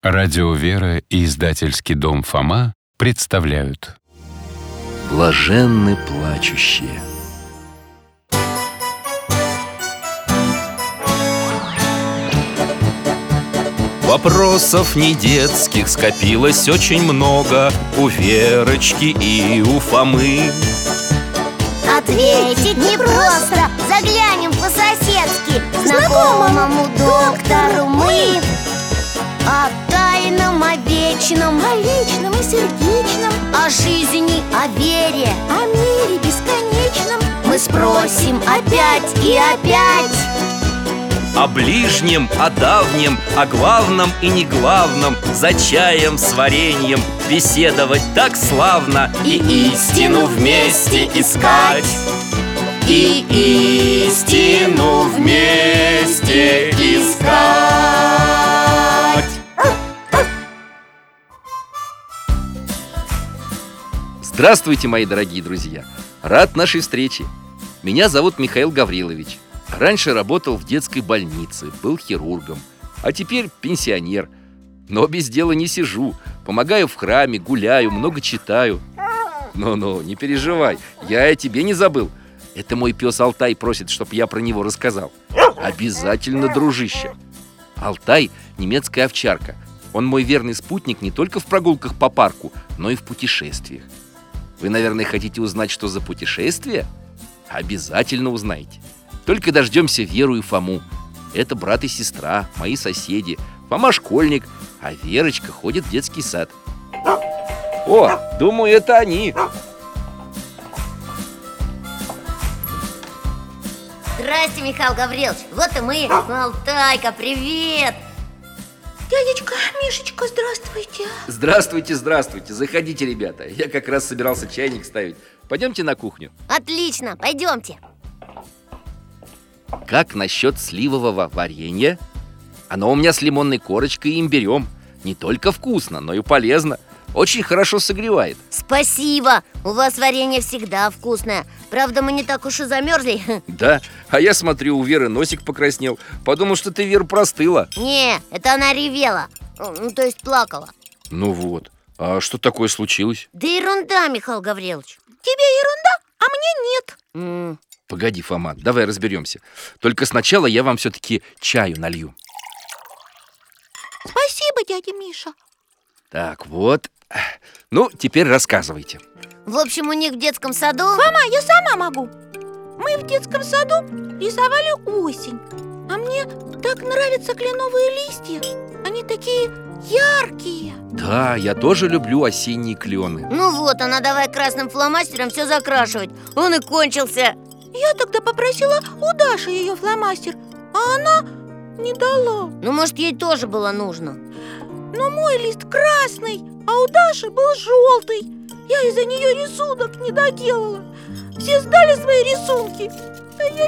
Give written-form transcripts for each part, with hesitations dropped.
Радио «Вера» и издательский дом «Фома» представляют. Блаженны плачущие. Вопросов не детских скопилось очень много у Верочки и у Фомы. Ответить непросто, заглянем по-соседски знакомому доктору мы. О тайном, о вечном, о личном и сердечном, о жизни, о вере, о мире бесконечном мы спросим опять и опять. О ближнем, о давнем, о главном и неглавном, за чаем с вареньем беседовать так славно и истину вместе искать. И истину вместе искать. Здравствуйте, мои дорогие друзья! Рад нашей встрече. Меня зовут Михаил Гаврилович. Раньше работал в детской больнице, был хирургом, а теперь пенсионер. Но без дела не сижу. Помогаю в храме, гуляю, много читаю. Ну, не переживай, я о тебе не забыл. Это мой пес Алтай просит, чтобы я про него рассказал. Обязательно, дружище. Алтай – немецкая овчарка. Он мой верный спутник не только в прогулках по парку, но и в путешествиях. Вы, наверное, хотите узнать, что за путешествие? Обязательно узнаете. Только дождемся Веру и Фому. Это брат и сестра, мои соседи. Фома школьник, а Верочка ходит в детский сад. О, думаю, это они. Здрасте, Михаил Гаврилович, вот и мы. Алтайка, привет! Дядечка, Мишечка, здравствуйте. Здравствуйте, заходите, ребята. Я как раз собирался чайник ставить. Пойдемте на кухню. Отлично, пойдемте. Как насчет сливового варенья? Оно у меня с лимонной корочкой и имбирем. Не только вкусно, но и полезно. Очень хорошо согревает. Спасибо, у вас варенье всегда вкусное. Правда, мы не так уж и замерзли. Да, а я смотрю, у Веры носик покраснел. Подумал, что ты, Вера, простыла. Не, это она ревела, то есть плакала. Ну вот, а что такое случилось? Да ерунда, Михаил Гаврилович. Тебе ерунда, а мне нет. Погоди, Фома, давай разберемся. Только сначала я вам все-таки чаю налью. Спасибо, дядя Миша. Так, вот. Ну, теперь рассказывайте. В общем, у них в детском саду... Фома, я сама могу. Мы в детском саду рисовали осень. А мне так нравятся кленовые листья. Они такие яркие. Да, я тоже люблю осенние клены. Ну вот, она давай красным фломастером все закрашивать. Он и кончился. Я тогда попросила у Даши ее фломастер, а она не дала. Ну, может, ей тоже было нужно. Но мой лист красный, а у Даши был желтый. Я из-за нее рисунок не доделала. Все сдали свои рисунки, а я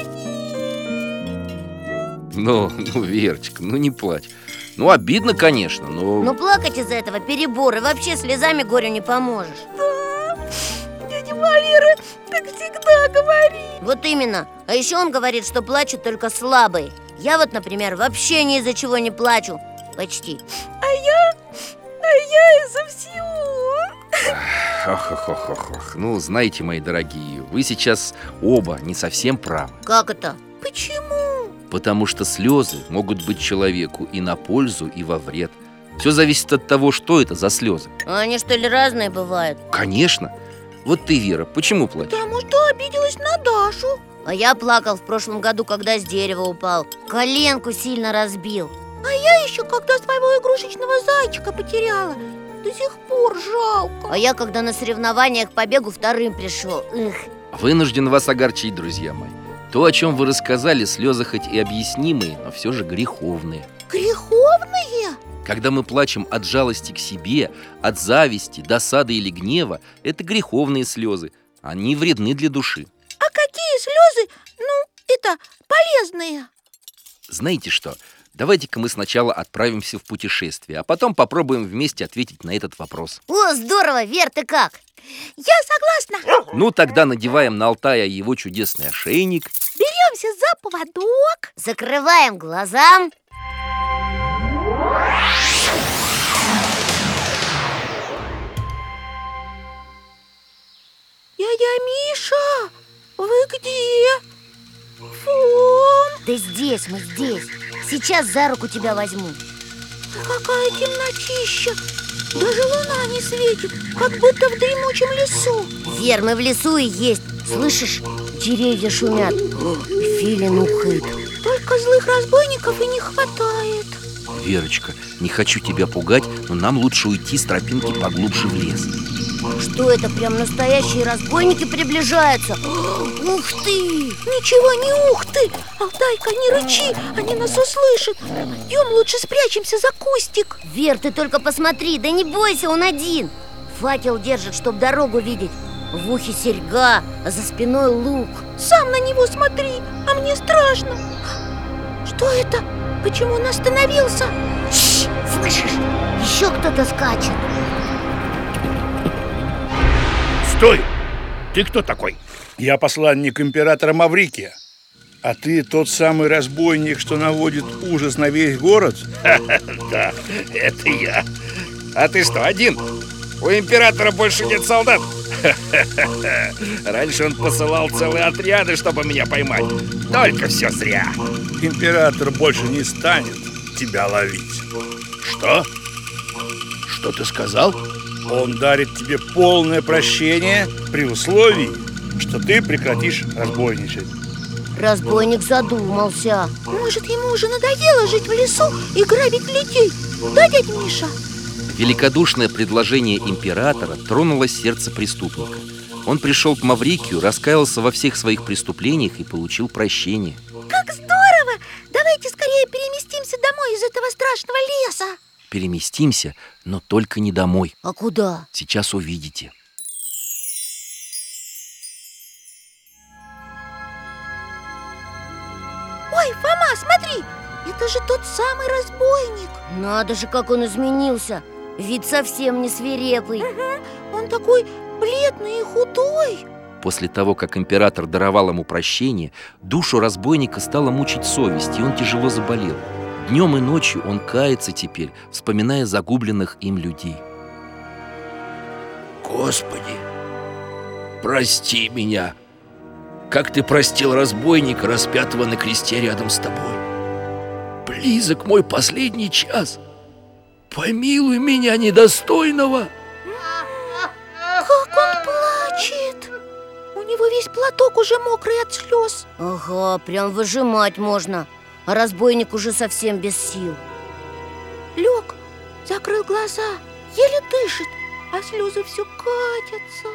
не... Ну, Верочка, не плачь. Обидно, конечно, но... Но плакать из-за этого перебор. И вообще слезами горю не поможешь. Да, дядя Валера так всегда говорит. Вот именно. А еще он говорит, что плачут только слабые. Я вот, например, вообще ни из-за чего не плачу. Почти. А я из-за всего. Ох. Знаете, мои дорогие, вы сейчас оба не совсем правы. Как это? Почему? Потому что слезы могут быть человеку и на пользу, и во вред. Все зависит от того, что это за слезы. А они что ли разные бывают? Конечно. Вот ты, Вера, почему плачешь? Потому что обиделась на Дашу. А я плакал в прошлом году, когда с дерева упал. Коленку сильно разбил. А я еще когда своего игрушечного зайчика потеряла. До сих пор жалко. А я когда на соревнованиях по бегу вторым пришел. Эх. Вынужден вас огорчить, друзья мои. То, о чем вы рассказали, слезы хоть и объяснимые, но все же греховные. Греховные? Когда мы плачем от жалости к себе, от зависти, досады или гнева, это греховные слезы. Они вредны для души. А какие слезы, полезные? Знаете что? Давайте-ка мы сначала отправимся в путешествие, а потом попробуем вместе ответить на этот вопрос. О, здорово! Вер, ты как? Я согласна. Тогда надеваем на Алтая его чудесный ошейник. Беремся за поводок. Закрываем глаза. Да здесь, мы здесь. Сейчас за руку тебя возьму. Какая темнотища! Даже луна не светит, как будто в дремучем лесу. Вер, мы в лесу и есть. Слышишь, деревья шумят. Филин ухает. Только злых разбойников и не хватает. Верочка, не хочу тебя пугать, но нам лучше уйти с тропинки поглубже в лес. Что это, прям настоящие разбойники приближаются? Ух ты! Ничего не ух ты! Алтайка, не рычи, они нас услышат. Идем лучше спрячемся за кустик. Вер, ты только посмотри, да не бойся, он один. Факел держит, чтоб дорогу видеть. В ухе серьга, а за спиной лук. Сам на него смотри, а мне страшно. Что это? Почему он остановился? Шш, слышишь? Еще кто-то скачет. Стой! Ты кто такой? Я посланник императора Маврикия. А ты тот самый разбойник, что наводит ужас на весь город? Да, это я. А ты что, один? У императора больше нет солдат? Раньше он посылал целые отряды, чтобы меня поймать. Только все зря. Император больше не станет тебя ловить. Что? Что ты сказал? Он дарит тебе полное прощение при условии, что ты прекратишь разбойничать. Разбойник задумался. Может, ему уже надоело жить в лесу и грабить людей? Да, дядя Миша? Великодушное предложение императора тронуло сердце преступника. Он пришел к Маврикию, раскаялся во всех своих преступлениях и получил прощение. Как здорово! Давайте скорее переместимся домой из этого страшного леса. Переместимся, но только не домой. А куда? Сейчас увидите. Ой, Фома, смотри! Это же тот самый разбойник. Надо же, как он изменился. Вид совсем не свирепый. Угу, он такой бледный и худой. После того, как император даровал ему прощение, душу разбойника стала мучить совесть, и он тяжело заболел. Днем и ночью он кается теперь, вспоминая загубленных им людей. Господи, прости меня, как ты простил разбойника, распятого на кресте рядом с тобой. Близок мой последний час. Помилуй меня, недостойного. Как он плачет! У него весь платок уже мокрый от слез. Ага, прям выжимать можно. А разбойник уже совсем без сил. Лег, закрыл глаза, еле дышит, а слезы все катятся.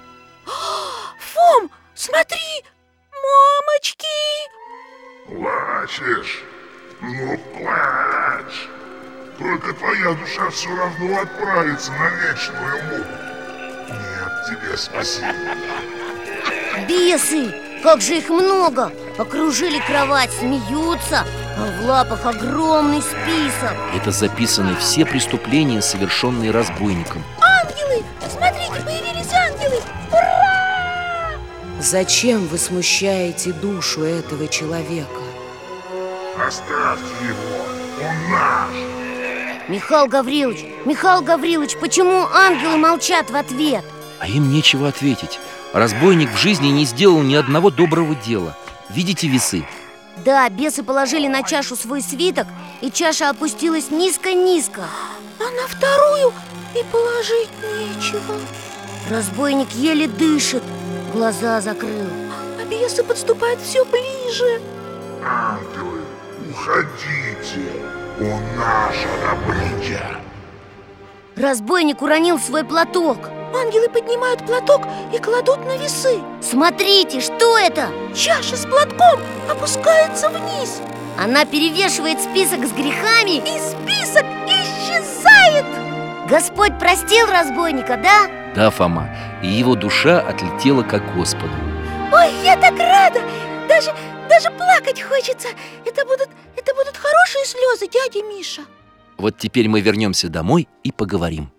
Фом, смотри! Мамочки! Плачешь? Ну, плачь! Только твоя душа все равно отправится на вечную муку. Нет тебе спасения. Бесы! Как же их много! Окружили кровать, смеются, а в лапах огромный список. Это записаны все преступления, совершенные разбойником. Ангелы! Смотрите, появились ангелы! Ура! Зачем вы смущаете душу этого человека? Оставьте его, он наш. Михаил Гаврилович, почему ангелы молчат в ответ? А им нечего ответить. Разбойник в жизни не сделал ни одного доброго дела. Видите весы? Да, бесы положили на чашу свой свиток, и чаша опустилась низко-низко. А на вторую и положить нечего. Разбойник еле дышит, глаза закрыл. А бесы подступают все ближе. Ангелы, уходите, он наша добыча. Разбойник уронил свой платок. Ангелы поднимают платок и кладут на весы. Смотрите, что это? Чаша с платком опускается вниз. Она перевешивает список с грехами. И список исчезает. Господь простил разбойника, да? Да, Фома. И его душа отлетела к Господу. Ой, я так рада. Даже плакать хочется. Это будут хорошие слезы, дядя Миша. Вот теперь мы вернемся домой и поговорим.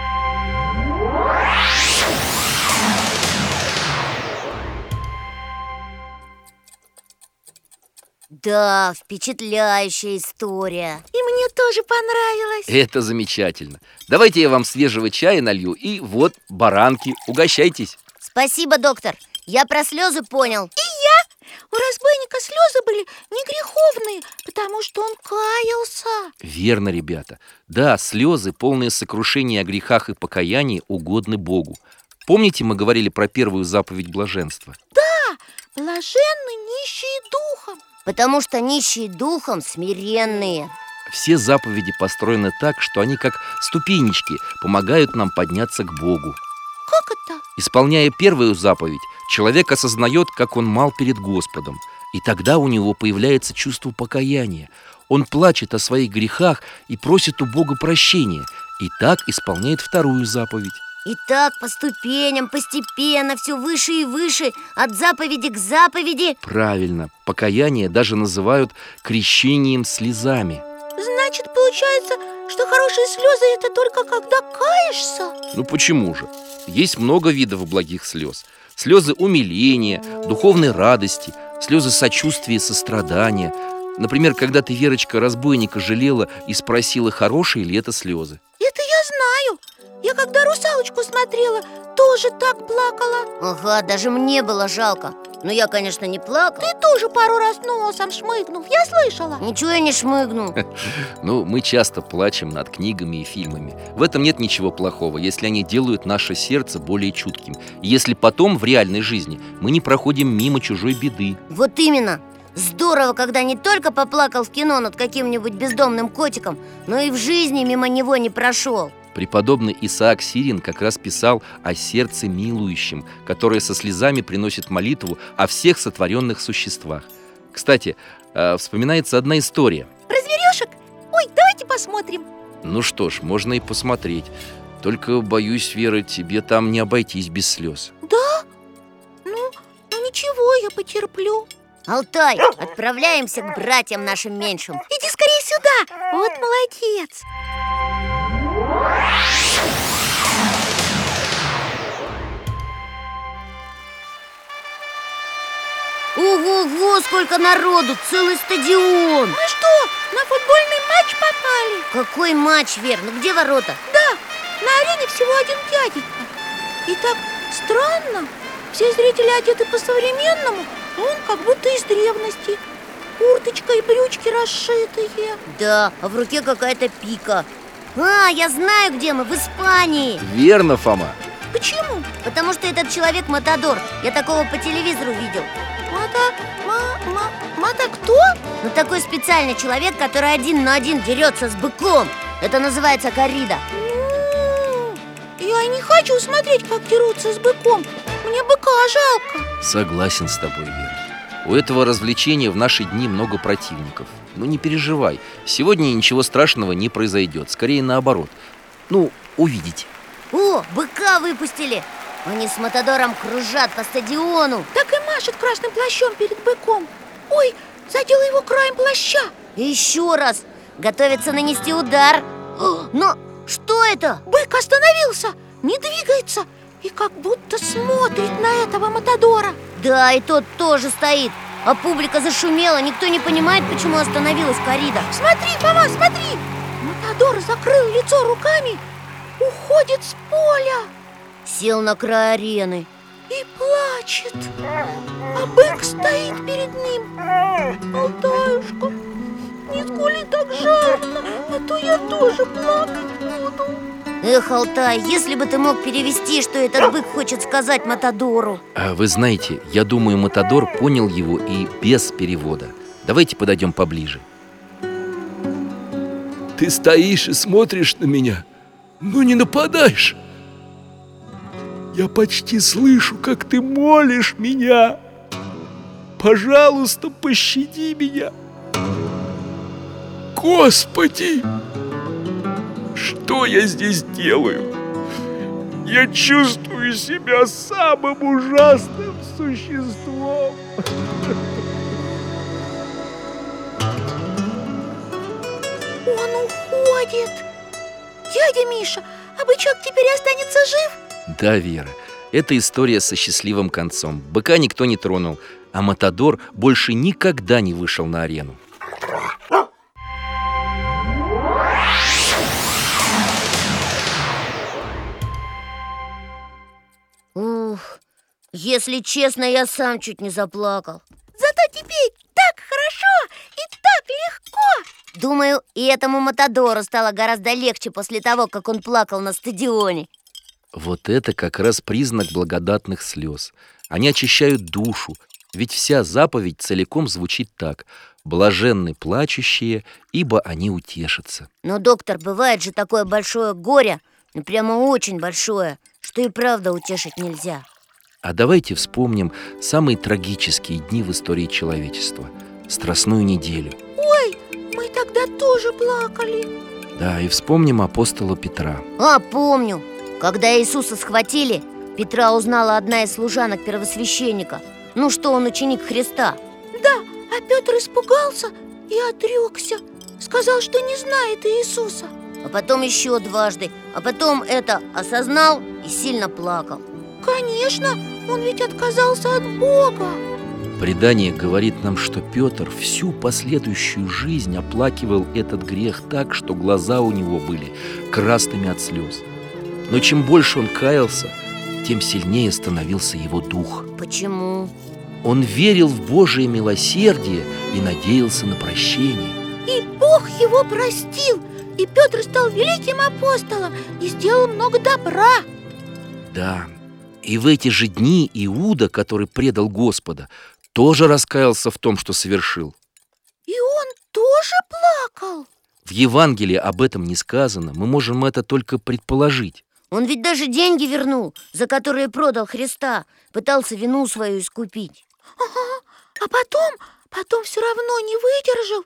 Да, впечатляющая история. И мне тоже понравилось. Это замечательно. Давайте я вам свежего чая налью. И вот баранки, угощайтесь. Спасибо, доктор. Я про слезы понял. И я. У разбойника слезы были не греховные, потому что он каялся. Верно, ребята. Да, слезы, полные сокрушения о грехах и покаянии, угодны Богу. Помните, мы говорили про первую заповедь блаженства? Да, блаженны нищие духом. Потому что нищие духом смиренные. Все заповеди построены так, что они как ступенечки помогают нам подняться к Богу. Как это? Исполняя первую заповедь, человек осознает, как он мал перед Господом. И тогда у него появляется чувство покаяния. Он плачет о своих грехах и просит у Бога прощения. И так исполняет вторую заповедь. И так по ступеням, постепенно, все выше и выше, от заповеди к заповеди. Правильно, покаяние даже называют крещением слезами. Значит, получается, что хорошие слезы — это только когда каешься? Ну почему же? Есть много видов благих слез. Слезы умиления, духовной радости, слезы сочувствия и сострадания. Например, когда ты, Верочка, разбойника жалела и спросила, хорошие ли это слезы. Это я знаю. Я когда «Русалочку» смотрела, тоже так плакала. Ага, даже мне было жалко. Но я, конечно, не плакал. Ты тоже пару раз носом шмыгнул, я слышала. Ничего я не шмыгнул. Ну, мы часто плачем над книгами и фильмами. В этом нет ничего плохого, если они делают наше сердце более чутким. И если потом в реальной жизни мы не проходим мимо чужой беды. Вот именно. Здорово, когда не только поплакал в кино над каким-нибудь бездомным котиком, но и в жизни мимо него не прошел. Преподобный Исаак Сирин как раз писал о сердце милующем, которое со слезами приносит молитву о всех сотворенных существах. Кстати, вспоминается одна история. Про зверюшек? Ой, давайте посмотрим. Ну что ж, можно и посмотреть. Только, боюсь, Вера, тебе там не обойтись без слез. Да? Ну ничего, я потерплю. Алтай, отправляемся к братьям нашим меньшим. Иди скорее сюда, вот молодец. Ого-го, сколько народу, целый стадион. Мы что, на футбольный матч попали? Какой матч, Вер? Ну где ворота? Да, на арене всего один дяденька. И так странно. Все зрители одеты по-современному, а он как будто из древности. Курточка и брючки расшитые. Да, а в руке какая-то пика. А, я знаю, где мы, в Испании. Верно, Фома. Почему? Потому что этот человек Матадор. Я такого по телевизору видел. Мата кто? Ну, такой специальный человек, который 1 на 1 дерется с быком. Это называется коррида. Я не хочу смотреть, как дерутся с быком. Мне быка жалко. Согласен с тобой, Вера. У этого развлечения в наши дни много противников. Ну не переживай, сегодня ничего страшного не произойдет. Скорее наоборот. Ну, увидите. О, быка выпустили. Они с Матадором кружат по стадиону. Так и машет красным плащом перед быком. Ой, задел его краем плаща. И еще раз. Готовится нанести удар. Но что это? Бык остановился, не двигается и как будто смотрит на этого Матадора. Да, и тот тоже стоит. А публика зашумела, никто не понимает, почему остановилась коррида. Смотри, Фома, смотри! Матадор закрыл лицо руками, уходит с поля. Сел на край арены и плачет. А бык стоит перед ним. Алтаюшка, не скули так жалко, а то я тоже плакать буду. Эх, Алтай, если бы ты мог перевести, что этот бык хочет сказать Матадору. Вы знаете, я думаю, Матадор понял его и без перевода. Давайте подойдем поближе. Ты стоишь и смотришь на меня, но не нападаешь. Я почти слышу, как ты молишь меня. Пожалуйста, пощади меня. Господи! Что я здесь делаю? Я чувствую себя самым ужасным существом. Он уходит. Дядя Миша, а бычок теперь останется жив? Да, Вера, это история со счастливым концом. Быка никто не тронул, а Матадор больше никогда не вышел на арену. Ух, если честно, я сам чуть не заплакал. теперь так хорошо и так легко. Думаю, и этому Матадору стало гораздо легче после того, как он плакал на стадионе. Вот это как раз признак благодатных слез. Они очищают душу, ведь вся заповедь целиком звучит так: «Блаженны плачущие, ибо они утешатся». Но, доктор, бывает же такое большое горе, ну прямо очень большое, что и правда утешить нельзя. А давайте вспомним самые трагические дни в истории человечества – Страстную неделю. Ой, мы тогда тоже плакали. Да, и вспомним апостола Петра. Помню. Когда Иисуса схватили, Петра узнала одна из служанок первосвященника. Ну что он ученик Христа. Да, а Петр испугался и отрекся. Сказал, что не знает Иисуса. А потом еще дважды. А потом это осознал и сильно плакал. Конечно, он ведь отказался от Бога. Предание говорит нам, что Петр всю последующую жизнь оплакивал этот грех так, что глаза у него были красными от слез. Но чем больше он каялся, тем сильнее становился его дух. Почему? Он верил в Божие милосердие и надеялся на прощение. И Бог его простил. И Петр стал великим апостолом и сделал много добра. Да, и в эти же дни Иуда, который предал Господа, тоже раскаялся в том, что совершил. И он тоже плакал? В Евангелии об этом не сказано, мы можем это только предположить. Он ведь даже деньги вернул, за которые продал Христа. Пытался вину свою искупить. Ага, а потом все равно не выдержал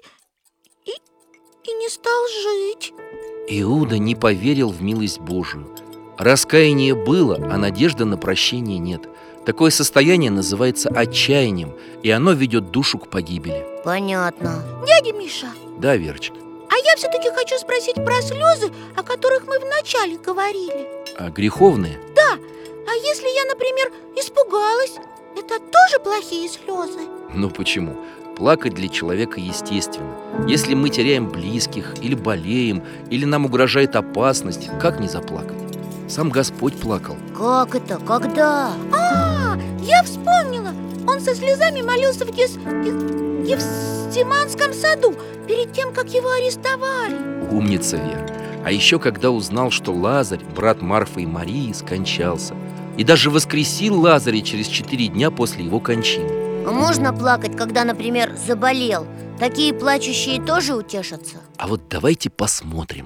и не стал жить. Иуда не поверил в милость Божию. Раскаяние было, а надежды на прощение нет. Такое состояние называется отчаянием, и оно ведет душу к погибели. Понятно. Дядя Миша. Да, Верочка. А я все-таки хочу спросить про слезы, о которых мы вначале говорили. А греховные? Да. А если я, например, испугалась, это тоже плохие слезы? Ну почему? Плакать для человека естественно. Если мы теряем близких, или болеем, или нам угрожает опасность, как не заплакать? Сам Господь плакал. Как это? Когда? Я вспомнила. Он со слезами молился в Гефсиманском саду перед тем, как его арестовали. Умница, Вера. А еще когда узнал, что Лазарь, брат Марфы и Марии, скончался. И даже воскресил Лазаря через 4 дня после его кончины. А можно плакать, когда, например, заболел? Такие плачущие тоже утешатся? А вот давайте посмотрим.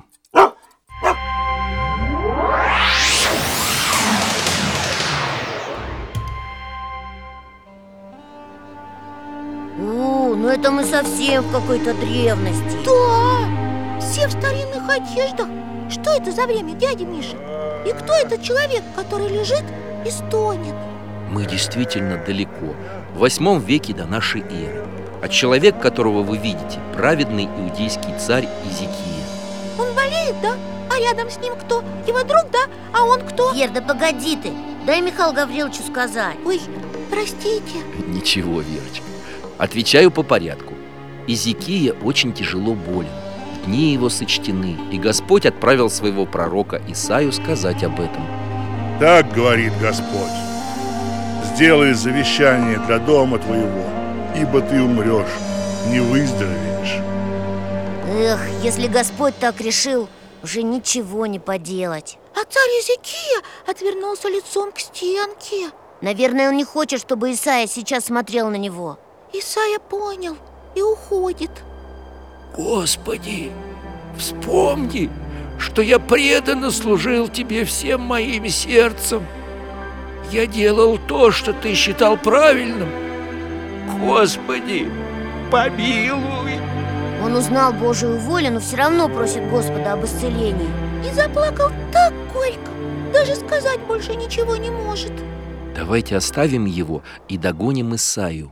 Ну это мы совсем в какой-то древности. Да, все в старинных одеждах. Что это за время, дядя Миша? И кто этот человек, который лежит и стонет? Мы действительно далеко, в 8 веке до нашей эры. А человек, которого вы видите, праведный иудейский царь Изикия. Он болеет, да? А рядом с ним кто? Его друг, да? А он кто? Вер, да погоди ты, дай Михаилу Гавриловичу сказать. Ой, простите. Ничего, Верочка. Отвечаю по порядку. Изикия очень тяжело болен. Дни его сочтены, и Господь отправил своего пророка Исаию сказать об этом. Так говорит Господь: сделай завещание для дома твоего, ибо ты умрешь, не выздоровеешь. Эх, если Господь так решил, уже ничего не поделать. А царь Изикия отвернулся лицом к стенке. Наверное, он не хочет, чтобы Исаия сейчас смотрел на него. Исаия понял и уходит. Господи, вспомни, что я преданно служил Тебе всем моим сердцем. Я делал то, что Ты считал правильным. Господи, помилуй. Он узнал Божию волю, но все равно просит Господа об исцелении. И заплакал так горько, даже сказать больше ничего не может. Давайте оставим его и догоним Исаию.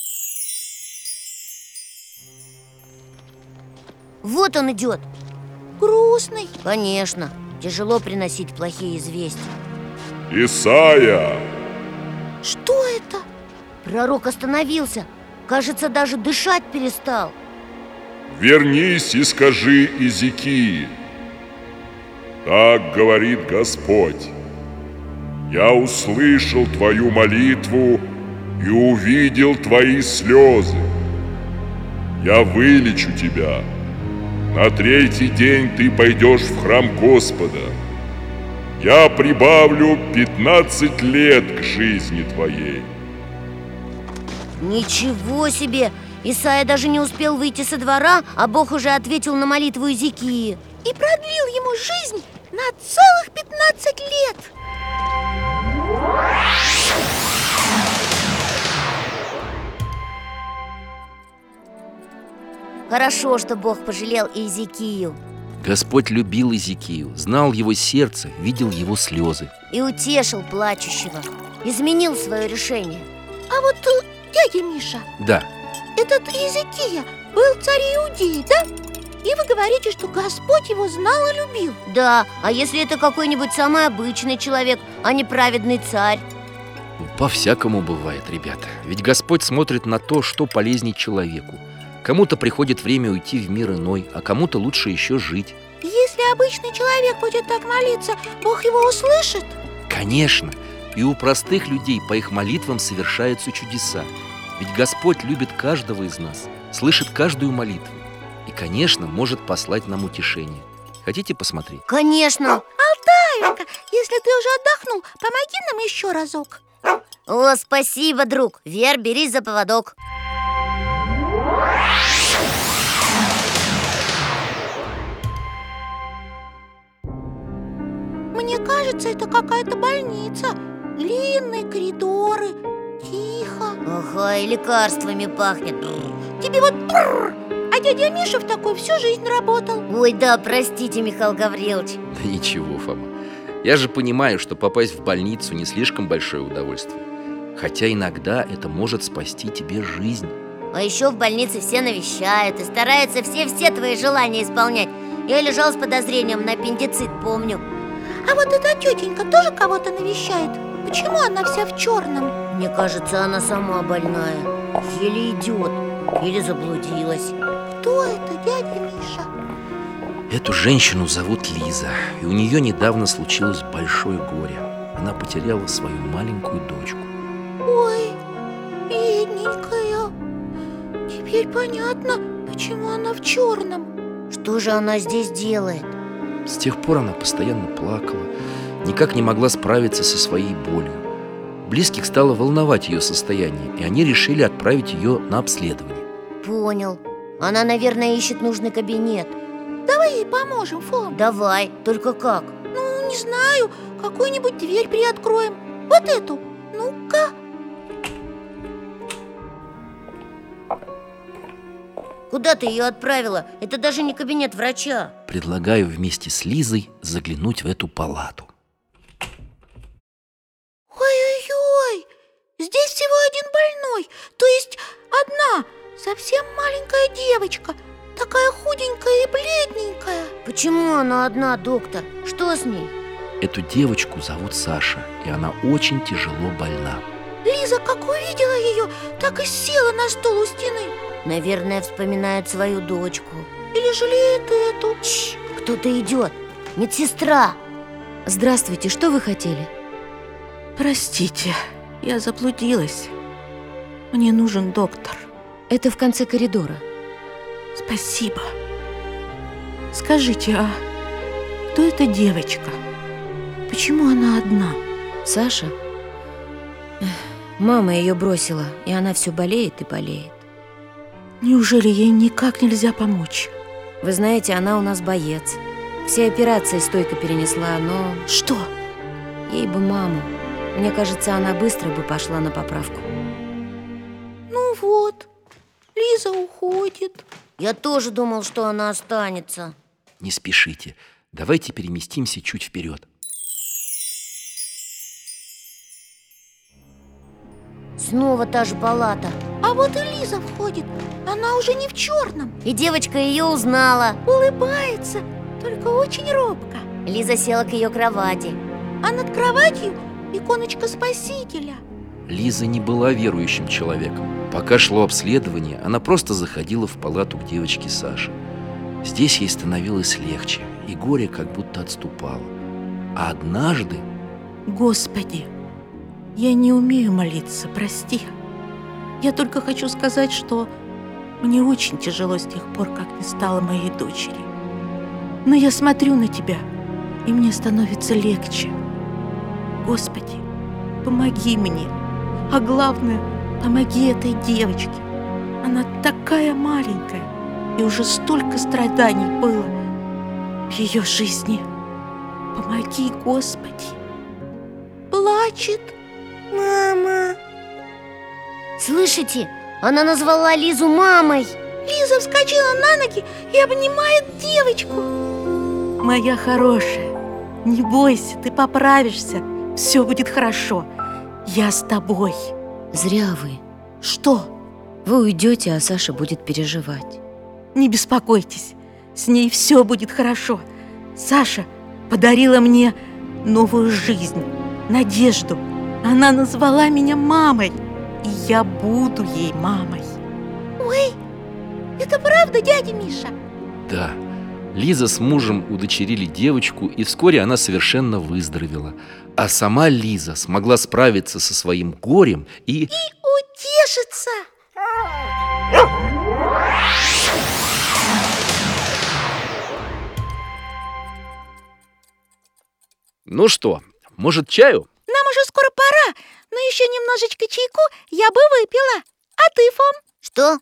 Вот он идет. Грустный. Конечно, тяжело приносить плохие известия. Исайя! Что это? Пророк остановился. Кажется, даже дышать перестал. Вернись и скажи Изикии: так говорит Господь: я услышал твою молитву и увидел твои слезы. Я вылечу тебя. На третий день ты пойдешь в храм Господа. Я прибавлю 15 лет к жизни твоей. Ничего себе! Исайя даже не успел выйти со двора, а Бог уже ответил на молитву Иезекии. И продлил ему жизнь на целых 15 лет. Хорошо, что Бог пожалел Иезекию Господь любил Иезекию, знал его сердце, видел его слезы. и утешил плачущего. Изменил свое решение. А вот дядя Миша, Да, этот Иезекия был царь Иудеи, да? И вы говорите, что Господь его знал и любил. Да, а если это какой-нибудь самый обычный человек, а не праведный царь? по-всякому бывает, ребята. Ведь Господь смотрит на то, что полезней человеку. Кому-то приходит время уйти в мир иной, а кому-то лучше еще жить. Если обычный человек будет так молиться, Бог его услышит? Конечно, и у простых людей по их молитвам совершаются чудеса. Ведь Господь любит каждого из нас, слышит каждую молитву. И, конечно, может послать нам утешение. Хотите посмотреть? Конечно. Алтаенька, если ты уже отдохнул, помоги нам еще разок. О, спасибо, друг. Вер, берись за поводок. Мне кажется, это какая-то больница. Длинные коридоры, тихо. Ага, и лекарствами пахнет. Тебе вот бррр. А дядя Миша в такой всю жизнь работал. Ой, да, простите, Михаил Гаврилович. Да ничего, Фома. Я же понимаю, что попасть в больницу не слишком большое удовольствие. Хотя иногда это может спасти тебе жизнь. А еще в больнице все навещают и стараются все твои желания исполнять. Я лежал с подозрением на аппендицит, помню. А вот эта тетенька тоже кого-то навещает? Почему она вся в черном? Мне кажется, она сама больная. Еле идет. Или заблудилась. Кто это, дядя Миша? Эту женщину зовут Лиза, и у нее недавно случилось большое горе. Она потеряла свою маленькую дочку. Ой, бедненькая. Теперь понятно, почему она в черном. Что же она здесь делает? С тех пор она постоянно плакала, никак не могла справиться со своей болью. Близких стало волновать ее состояние, и они решили отправить ее на обследование. Понял. Она, наверное, ищет нужный кабинет. Давай ей поможем, Фом. Давай, только как? Ну, не знаю, какую-нибудь дверь приоткроем. Вот эту, ну-ка. Куда ты ее отправила? Это даже не кабинет врача. Предлагаю вместе с Лизой заглянуть в эту палату. Ой-ой-ой, здесь всего один больной. То есть одна совсем маленькая девочка. Такая худенькая и бледненькая. Почему она одна, доктор? Что с ней? Эту девочку зовут Саша, и она очень тяжело больна. Лиза, как увидела ее, так и села на стул у стены. Наверное, вспоминает свою дочку. Или жалеет эту. Чш, кто-то идет. Медсестра. Здравствуйте, что вы хотели? Простите, я заблудилась. Мне нужен доктор. Это в конце коридора. Спасибо. Скажите, а кто эта девочка? Почему она одна? Саша? Мама ее бросила, и она все болеет и болеет. Неужели ей никак нельзя помочь? Вы знаете, она у нас боец. Все операции стойко перенесла, но... Что? Ей бы маму. Мне кажется, она быстро бы пошла на поправку. Ну вот, Лиза уходит. Я тоже думал, что она останется. Не спешите, давайте переместимся чуть вперед. Снова та же палата. А вот и Лиза входит. Она уже не в черном. И девочка ее узнала. Улыбается, только очень робко. Лиза села к ее кровати. А над кроватью иконочка Спасителя. Лиза не была верующим человеком. Пока шло обследование, она просто заходила в палату к девочке Саше. Здесь ей становилось легче, и горе как будто отступало. А однажды... Господи, я не умею молиться, прости. Я только хочу сказать, что мне очень тяжело с тех пор, как не стало моей дочери. Но я смотрю на тебя, и мне становится легче. Господи, помоги мне. А главное, помоги этой девочке. Она такая маленькая, и уже столько страданий было в ее жизни. Помоги, Господи. Плачет. Мама. Слышите? Она назвала Лизу мамой. Лиза вскочила на ноги и обнимает девочку. Моя хорошая, не бойся, ты поправишься. Все будет хорошо. Я с тобой. Зря вы. Что? Вы уйдете, а Саша будет переживать. Не беспокойтесь, с ней все будет хорошо. Саша подарила мне новую жизнь, надежду. Она назвала меня мамой, и я буду ей мамой. Ой, это правда, дядя Миша? Да, Лиза с мужем удочерили девочку, и вскоре она совершенно выздоровела. А сама Лиза смогла справиться со своим горем и утешиться. Ну что, может, чаю? Нам уже скоро пора, но еще немножечко чайку я бы выпила. А ты, Фом? Что?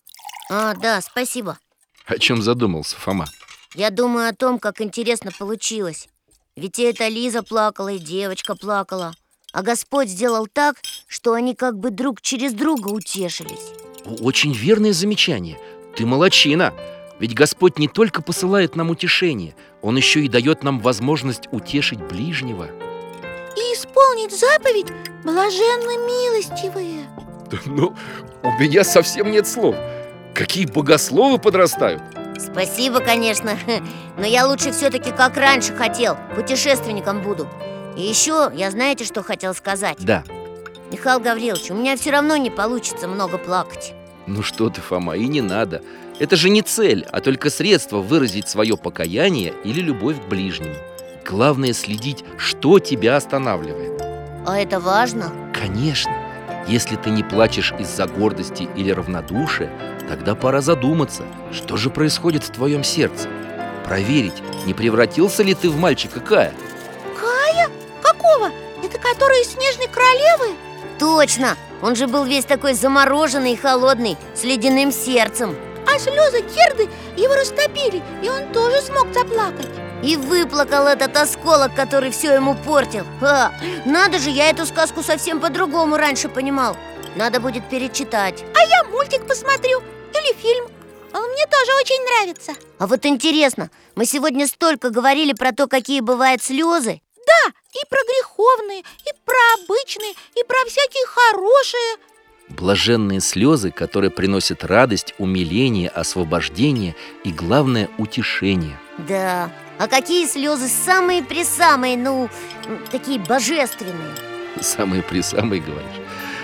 Да, спасибо. О чем задумался Фома? Я думаю о том, как интересно получилось. Ведь и эта Лиза плакала, и девочка плакала. А Господь сделал так, что они как бы друг через друга утешились. Очень верное замечание. Ты молодчина. Ведь Господь не только посылает нам утешение, Он еще и дает нам возможность утешить ближнего. И исполнить заповедь блаженно милостивые. Ну, у меня совсем нет слов. Какие богословы подрастают. Спасибо, конечно. Но я лучше все-таки как раньше хотел. Путешественником буду. И еще я знаете, что хотел сказать? Да. Михаил Гаврилович, у меня все равно не получится много плакать. Ну что ты, Фома, и не надо. Это же не цель, а только средство выразить свое покаяние или любовь к ближнему. Главное следить, что тебя останавливает. А это важно? Конечно. Если ты не плачешь из-за гордости или равнодушия, тогда пора задуматься, что же происходит в твоем сердце. Проверить, не превратился ли ты в мальчика Кая. Кая? Какого? Это который из Снежной Королевы? Точно! Он же был весь такой замороженный и холодный, с ледяным сердцем. А слезы Герды его растопили, и он тоже смог заплакать. И выплакал этот осколок, который все ему портил. Надо же, я эту сказку совсем по-другому раньше понимал. Надо будет перечитать. А я мультик посмотрю или фильм. Он мне тоже очень нравится. А вот интересно, мы сегодня столько говорили про то, какие бывают слезы. Да, и про греховные, и про обычные, и про всякие хорошие. Блаженные слезы, которые приносят радость, умиление, освобождение и, главное, утешение. Да, а какие слезы самые-пресамые, такие божественные? Самые-пресамые, говоришь?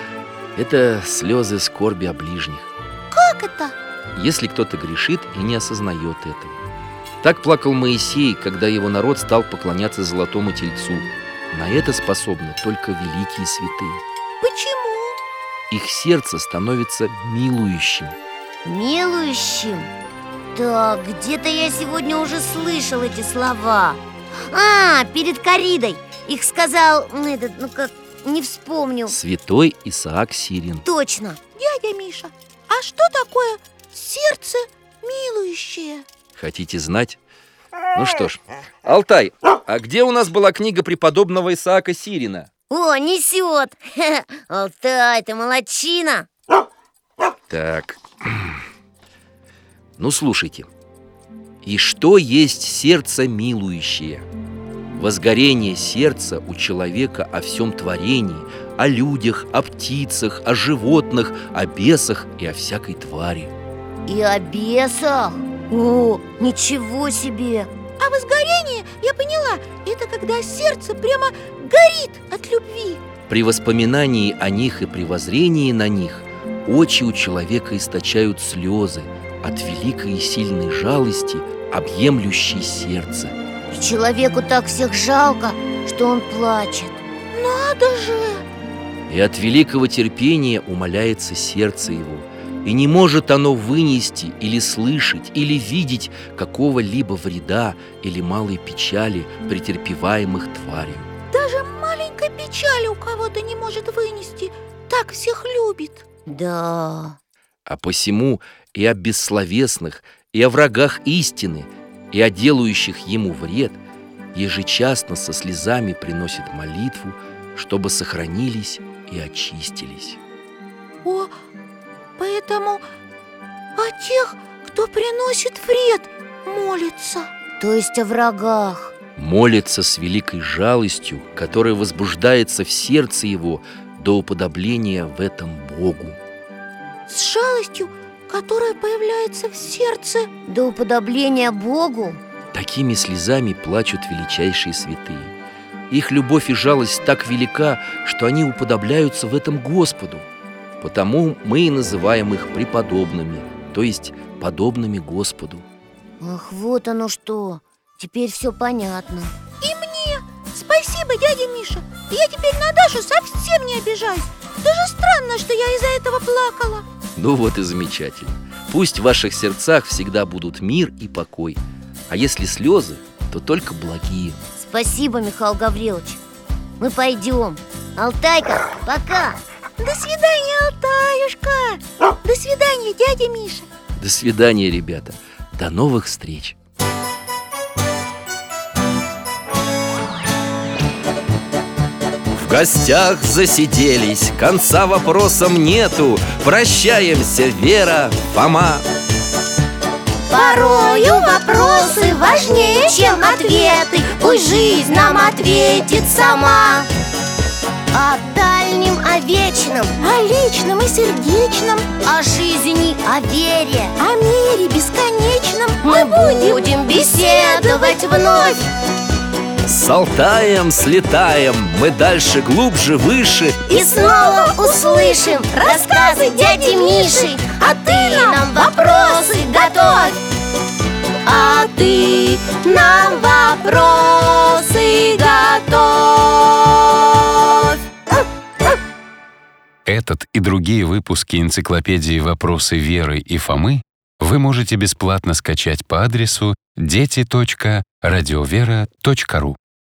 Это слезы скорби о ближних. Как это? Если кто-то грешит и не осознает этого. Так плакал Моисей, когда его народ стал поклоняться золотому тельцу. На это способны только великие святые. Почему? Их сердце становится милующим. Милующим? Так, где-то я сегодня уже слышал эти слова. Перед коридой. Их сказал, не вспомню. Святой Исаак Сирин. Точно. Дядя Миша, а что такое сердце милующее? Хотите знать? Ну что ж, Алтай, а где у нас была книга преподобного Исаака Сирина? О, несет! Алтай, ты молодчина! Так, ну слушайте. И что есть сердце милующее? Возгорение сердца у человека о всем творении, о людях, о птицах, о животных, о бесах и о всякой твари. И о бесах? О, ничего себе! А возгорение, я поняла, это когда сердце прямо горит от любви. При воспоминании о них и при воззрении на них очи у человека источают слезы от великой и сильной жалости, объемлющей сердце. И человеку так всех жалко, что он плачет. Надо же! и от великого терпения умаляется сердце его, и не может оно вынести или слышать, или видеть какого-либо вреда или малой печали, претерпеваемых тварью. Даже маленькой печали у кого-то не может вынести. Так всех любит. Да. А посему и о бессловесных, и о врагах истины, и о делающих ему вред ежечасно со слезами приносит молитву, чтобы сохранились и очистились. О, поэтому о тех, кто приносит вред, молится. То есть о врагах. Молится с великой жалостью, которая возбуждается в сердце его до уподобления в этом Богу. С жалостью, которая появляется в сердце. До уподобления Богу? Такими слезами плачут величайшие святые. Их любовь и жалость так велика, что они уподобляются в этом Господу. Потому мы и называем их преподобными, то есть подобными Господу. Ах, вот оно что. Теперь все понятно. И мне. Спасибо, дядя Миша. Я теперь на Дашу совсем не обижаюсь. Даже странно, что я из-за этого плакала. Ну вот и замечательно. Пусть в ваших сердцах всегда будут мир и покой. А если слезы, то только благие. Спасибо, Михаил Гаврилович. Мы пойдем. Алтайка, пока. До свидания, Алтаюшка. До свидания, дядя Миша. До свидания, ребята. До новых встреч. В гостях засиделись, конца вопросам нету. Прощаемся, Вера, Фома. Порою вопросы важнее, чем ответы. Пусть жизнь нам ответит сама. О дальнем, о вечном, о личном и сердечном, о жизни, о вере, о мире бесконечном мы будем беседовать вновь. С Алтаем слетаем, мы дальше, глубже, выше. И снова услышим рассказы дяди Миши. А ты нам вопросы готовь. А ты нам вопросы готовь. Этот и другие выпуски энциклопедии «Вопросы Веры и Фомы» вы можете бесплатно скачать по адресу дети.радиовера.ру.